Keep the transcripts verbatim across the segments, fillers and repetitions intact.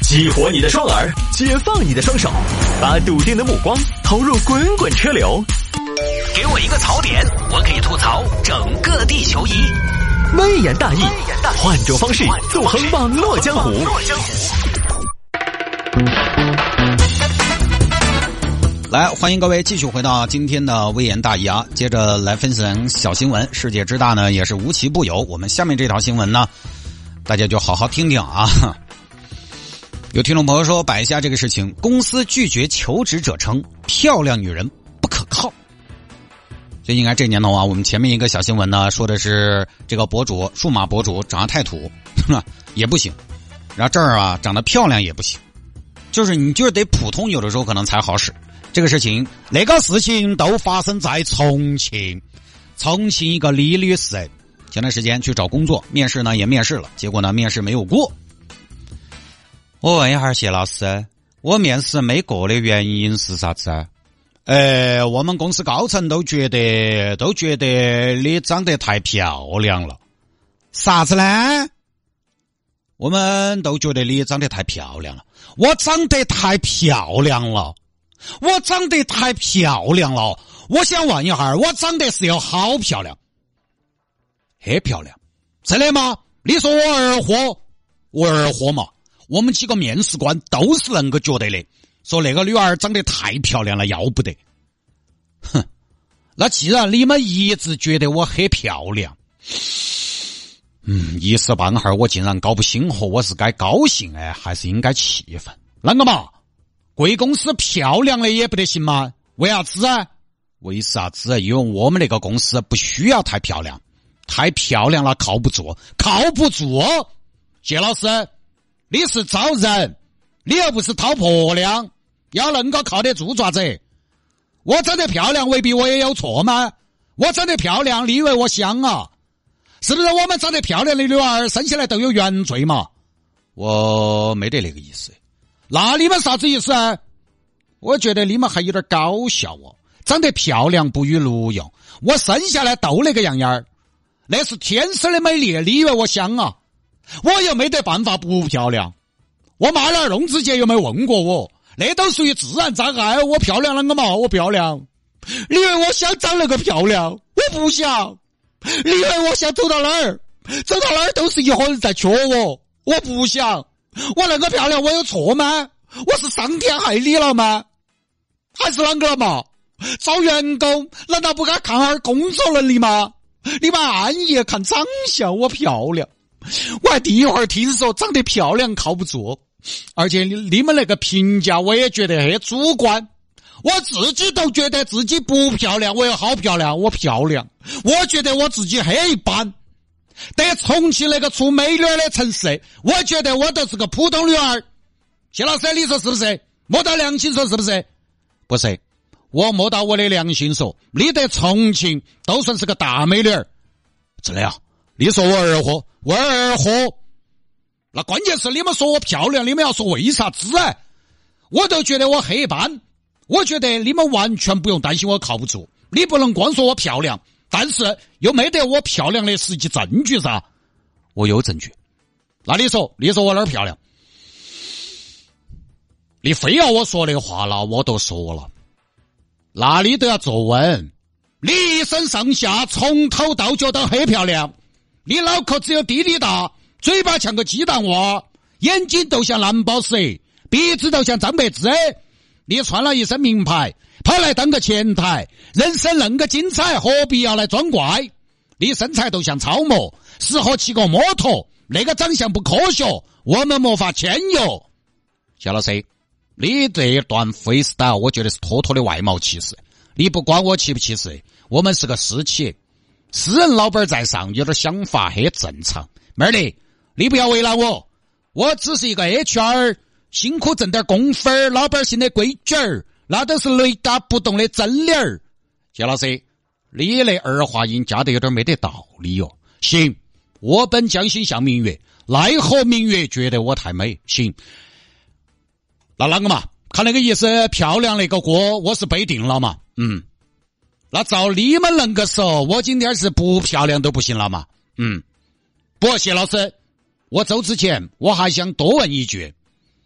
激活你的双耳，解放你的双手，把笃定的目光投入滚滚车流。 给我一个槽点，我可以吐槽整个地球仪。 微言大义，换种方式纵横网络江湖。 来，欢迎各位继续回到今天的微言大义啊！接着来分享小新闻。世界之大呢，也是无奇不有。我们下面这条新闻呢，大家就好好听听啊。有听众朋友说，摆一下这个事情，公司拒绝求职者称漂亮女人不可靠。所以应该这年头啊，我们前面一个小新闻呢，说的是这个博主，数码博主长得太土也不行，然后这儿啊长得漂亮也不行，就是你就是得普通，有的时候可能才好使。这个事情，那个事情都发生在重庆，重庆一个李女士，前段时间去找工作，面试呢也面试了，结果呢面试没有过。我问一下谢老师，我面试没过的原因是啥子啊？呃，我们公司高层都觉得都觉得你长得太漂亮了。啥子呢？我们都觉得你长得太漂亮了。我长得太漂亮了。我长得太漂亮了。我想问一下，我长得是有好漂亮？很漂亮。真的吗？你说我二货？我二货嘛。我们几个面试官都是能够觉得的，说那个女儿长得太漂亮了，要不得。哼，那既然你们一直觉得我很漂亮，嗯，一时半会儿我竟然搞不清楚我是该高兴哎，还是应该气愤？啷个嘛？贵公司漂亮的也不得行吗？为啥子啊？为啥子？因为我们那个公司不需要太漂亮，太漂亮了靠不住，靠不住。谢老师，你是招人，你又不是讨婆娘，要能够靠得住爪子。我长得漂亮未必我也有错吗？我长得漂亮你以为我香啊？是不是我们长得漂亮的女儿生下来都有原罪嘛？我没得那个意思。那你们啥子意思啊？我觉得你们还有点搞笑哦。长得漂亮不与录用，我生下来都那个样样儿，那是天生的美丽，你以为我香啊？我又没得办法不漂亮。我妈那儿龙子姐有没有问过我？那都属于自然障碍。我漂亮啷个嘛？我漂亮。你以为我想长那个漂亮？我不想。你以为我想走到哪儿？走到哪儿都是一伙人在戳我。我不想。我那个漂亮我有错吗？我是伤天害理了吗？还是啷个了嘛？招员工难道不该看下工作能力吗？你把安逸看长相，我漂亮。我还第一会儿听说长得漂亮靠不住，而且你们那个评价我也觉得很主观。我自己都觉得自己不漂亮，我有好漂亮，我漂亮。我觉得我自己很一般。在重庆那个出美女的城市，我觉得我都是个普通女儿。谢老师，你说是不是？摸到良心说是不是？不是，我摸到我的良心说，你在重庆都算是个大美女儿。真的呀？你说我二货？我二货？那关键是你们说我漂亮，你们要说为啥子啊？我都觉得我黑斑。我觉得你们完全不用担心我靠不住。你不能光说我漂亮，但是又没得我漂亮的实际证据噻。我有证据。那你说，你说我哪儿漂亮？你非要我说的话了，我都说了。那你都要坐稳。你一身上下从头到脚都很漂亮。你脑壳只有地里大，嘴巴像个鸡蛋蛙，眼睛都像蓝宝石，鼻子都像张柏芝。你穿了一身名牌，跑来当个前台，人生恁个精彩，何必要来装怪？你身材都像超模，适合骑个摩托，那个长相不科学，我们没法签约。夏老师，你这段 freestyle 我觉得是妥妥的外貌歧视。你不管我歧不歧视，我们是个私企，私人老板在上，有点想法很正常。妹儿的，你不要为难我，我只是一个 H R， 辛苦挣点工分，老板心的规矩儿，那都是雷打不动的真理儿。谢老师，你的儿化音加得有点没得道理哟。行，我本将心向明月，奈何明月觉得我太美。行，那啷个嘛？看那个意思，漂亮那个锅我是背定了嘛。嗯，那照你们那个说，我今天是不漂亮都不行了嘛。嗯，不，谢老师，我走之前我还想多问一句，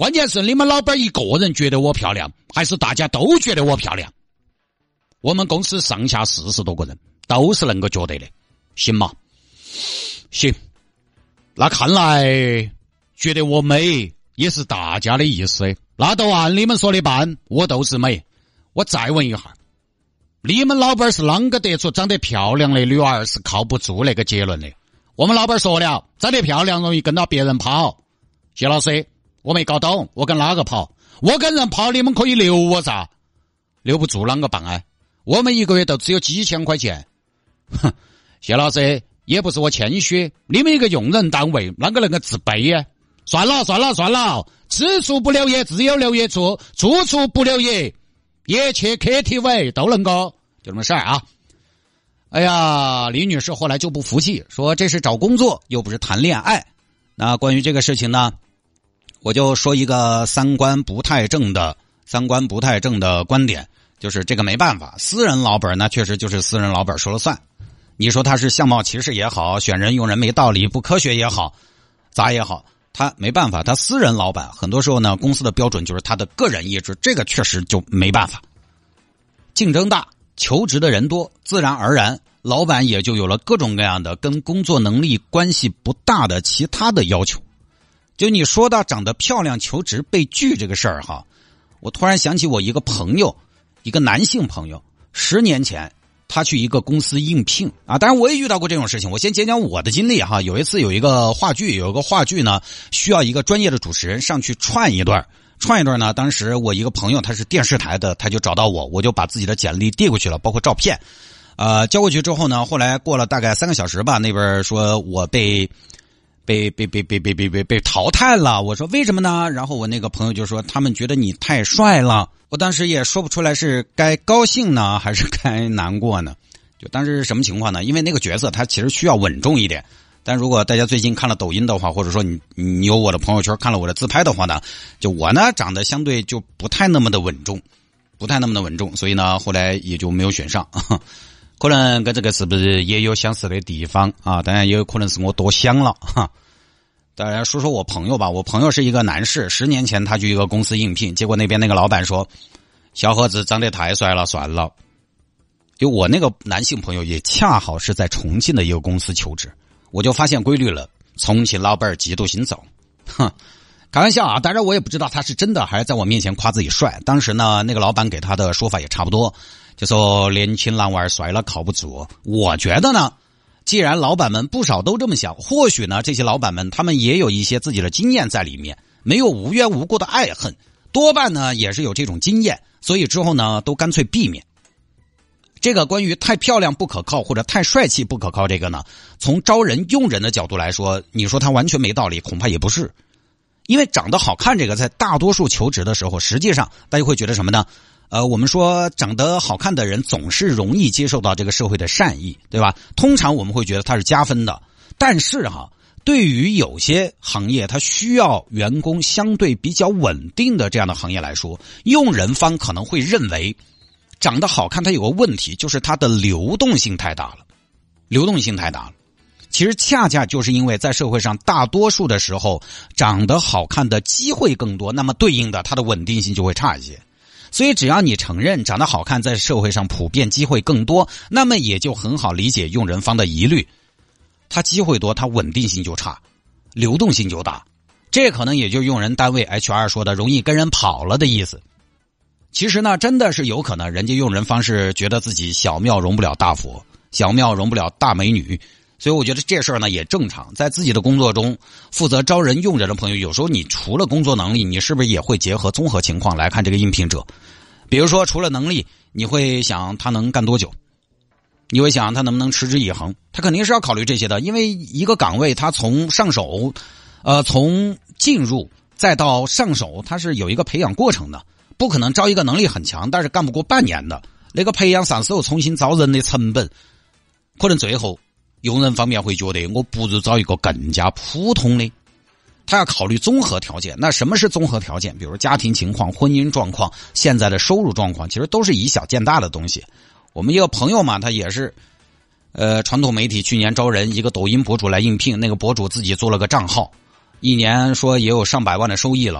关键是你们老板一个人觉得我漂亮，还是大家都觉得我漂亮？我们公司上下四十多个人都是能够觉得的，行吗？行，那看来觉得我美也是大家的意思，那都按你们说的办，我都是美。我再问一下，你们老板是啷个得出长得漂亮的女儿是靠不住那个结论的？我们老板说了，长得漂亮容易跟到别人跑。谢老师，我没搞懂，我跟哪个跑？我跟人跑，你们可以留我噻，留不住啷个办啊？我们一个月都只有几千块钱。哼，谢老师，也不是我谦虚，你们一个用人单位啷个能够自卑呀？算了算了算了，此处不留爷，自有留爷处，处处不留爷，也去 K T V 都能够，就这么事儿啊。哎呀，李女士后来就不服气，说这是找工作，又不是谈恋爱。那关于这个事情呢，我就说一个三观不太正的三观不太正的观点，就是这个没办法，私人老板呢确实就是私人老板说了算。你说他是相貌歧视也好，选人用人没道理不科学也好，咋也好，他没办法，他私人老板很多时候呢，公司的标准就是他的个人意志，这个确实就没办法。竞争大，求职的人多，自然而然老板也就有了各种各样的跟工作能力关系不大的其他的要求。就你说到长得漂亮求职被拒这个事儿哈，我突然想起我一个朋友，一个男性朋友，十年前他去一个公司应聘啊，当然我也遇到过这种事情。我先讲讲我的经历哈。有一次有一个话剧，有一个话剧呢，需要一个专业的主持人上去串一段，串一段呢。当时我一个朋友他是电视台的，他就找到我，我就把自己的简历递过去了，包括照片，呃，交过去之后呢，后来过了大概三个小时吧，那边说我被被被被被被被被被淘汰了。我说为什么呢？然后我那个朋友就说他们觉得你太帅了。我当时也说不出来是该高兴呢还是该难过呢。就当时是什么情况呢？因为那个角色他其实需要稳重一点。但如果大家最近看了抖音的话，或者说你你有我的朋友圈看了我的自拍的话呢，就我呢长得相对就不太那么的稳重，不太那么的稳重，所以呢后来也就没有选上。可能跟这个是不是也有相似的地方啊？当然也有可能是我多想了哈。当然说说我朋友吧，我朋友是一个男士，十年前他去一个公司应聘，结果那边那个老板说小伙子长得太帅了，算了。就我那个男性朋友也恰好是在重庆的一个公司求职，我就发现规律了，重庆老板嫉妒心重。哼，开玩笑啊，当然我也不知道他是真的还是在我面前夸自己帅。当时呢那个老板给他的说法也差不多，就说年轻男娃帅了靠不住。我觉得呢，既然老板们不少都这么想，或许呢这些老板们他们也有一些自己的经验在里面，没有无缘无故的爱恨，多半呢也是有这种经验，所以之后呢都干脆避免。这个关于太漂亮不可靠或者太帅气不可靠这个呢，从招人用人的角度来说，你说他完全没道理，恐怕也不是。因为长得好看这个在大多数求职的时候，实际上大家会觉得什么呢？呃，我们说长得好看的人总是容易接受到这个社会的善意，对吧？通常我们会觉得他是加分的。但是哈，对于有些行业它需要员工相对比较稳定的这样的行业来说，用人方可能会认为长得好看它有个问题，就是它的流动性太大了。流动性太大了。其实恰恰就是因为在社会上大多数的时候长得好看的机会更多，那么对应的它的稳定性就会差一些。所以只要你承认长得好看在社会上普遍机会更多，那么也就很好理解用人方的疑虑，它机会多，它稳定性就差，流动性就大。这可能也就用人单位 H R 说的容易跟人跑了的意思。其实呢真的是有可能人家用人方是觉得自己小庙容不了大佛，小庙容不了大美女，所以我觉得这事儿呢也正常。在自己的工作中负责招人用人的朋友，有时候你除了工作能力，你是不是也会结合综合情况来看这个应聘者？比如说除了能力，你会想他能干多久，你会想他能不能持之以恒，他肯定是要考虑这些的。因为一个岗位他从上手呃，从进入再到上手，他是有一个培养过程的，不可能招一个能力很强但是干不过半年的，那个培养上手重新招人的成本，可能最后用人方面会觉得我不如找一个更加普通的。他要考虑综合条件。那什么是综合条件？比如家庭情况、婚姻状况、现在的收入状况，其实都是以小见大的东西。我们一个朋友嘛，他也是呃，传统媒体去年招人，一个抖音博主来应聘，那个博主自己做了个账号，一年说也有上百万的收益了。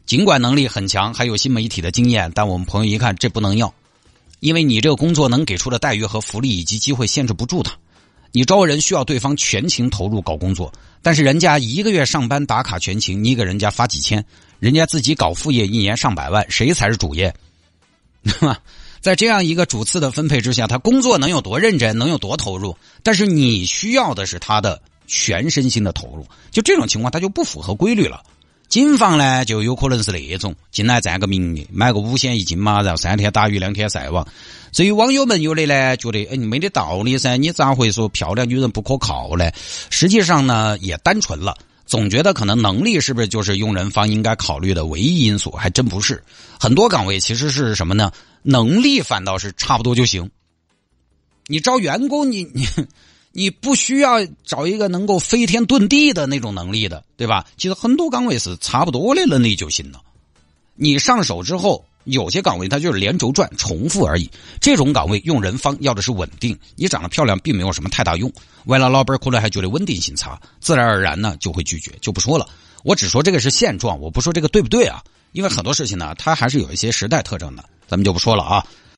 尽管能力很强，还有新媒体的经验，但我们朋友一看这不能要，因为你这个工作能给出的待遇和福利以及机会限制不住他。你招人需要对方全情投入搞工作，但是人家一个月上班打卡全勤，你给人家发几千，人家自己搞副业一年上百万，谁才是主业？在这样一个主次的分配之下，他工作能有多认真，能有多投入，但是你需要的是他的全身心的投入，就这种情况他就不符合规律了。警方呢就有可能是那种进来占个名义，买个五险一金嘛，然后三天打鱼两天晒网。至于网友们有的呢觉得哎，你没得道理噻，你咋会说漂亮女人不可靠呢？实际上呢也单纯了，总觉得可能能力是不是就是用人方应该考虑的唯一因素，还真不是。很多岗位其实是什么呢？能力反倒是差不多就行。你招员工你你你不需要找一个能够飞天遁地的那种能力的，对吧？其实很多岗位是差不多的能力就行了。你上手之后，有些岗位它就是连轴转重复而已。这种岗位用人方要的是稳定，你长得漂亮并没有什么太大用。为了老板可能还觉得稳定性差，自然而然呢就会拒绝，就不说了。我只说这个是现状，我不说这个对不对啊？因为很多事情呢，它还是有一些时代特征的，咱们就不说了啊。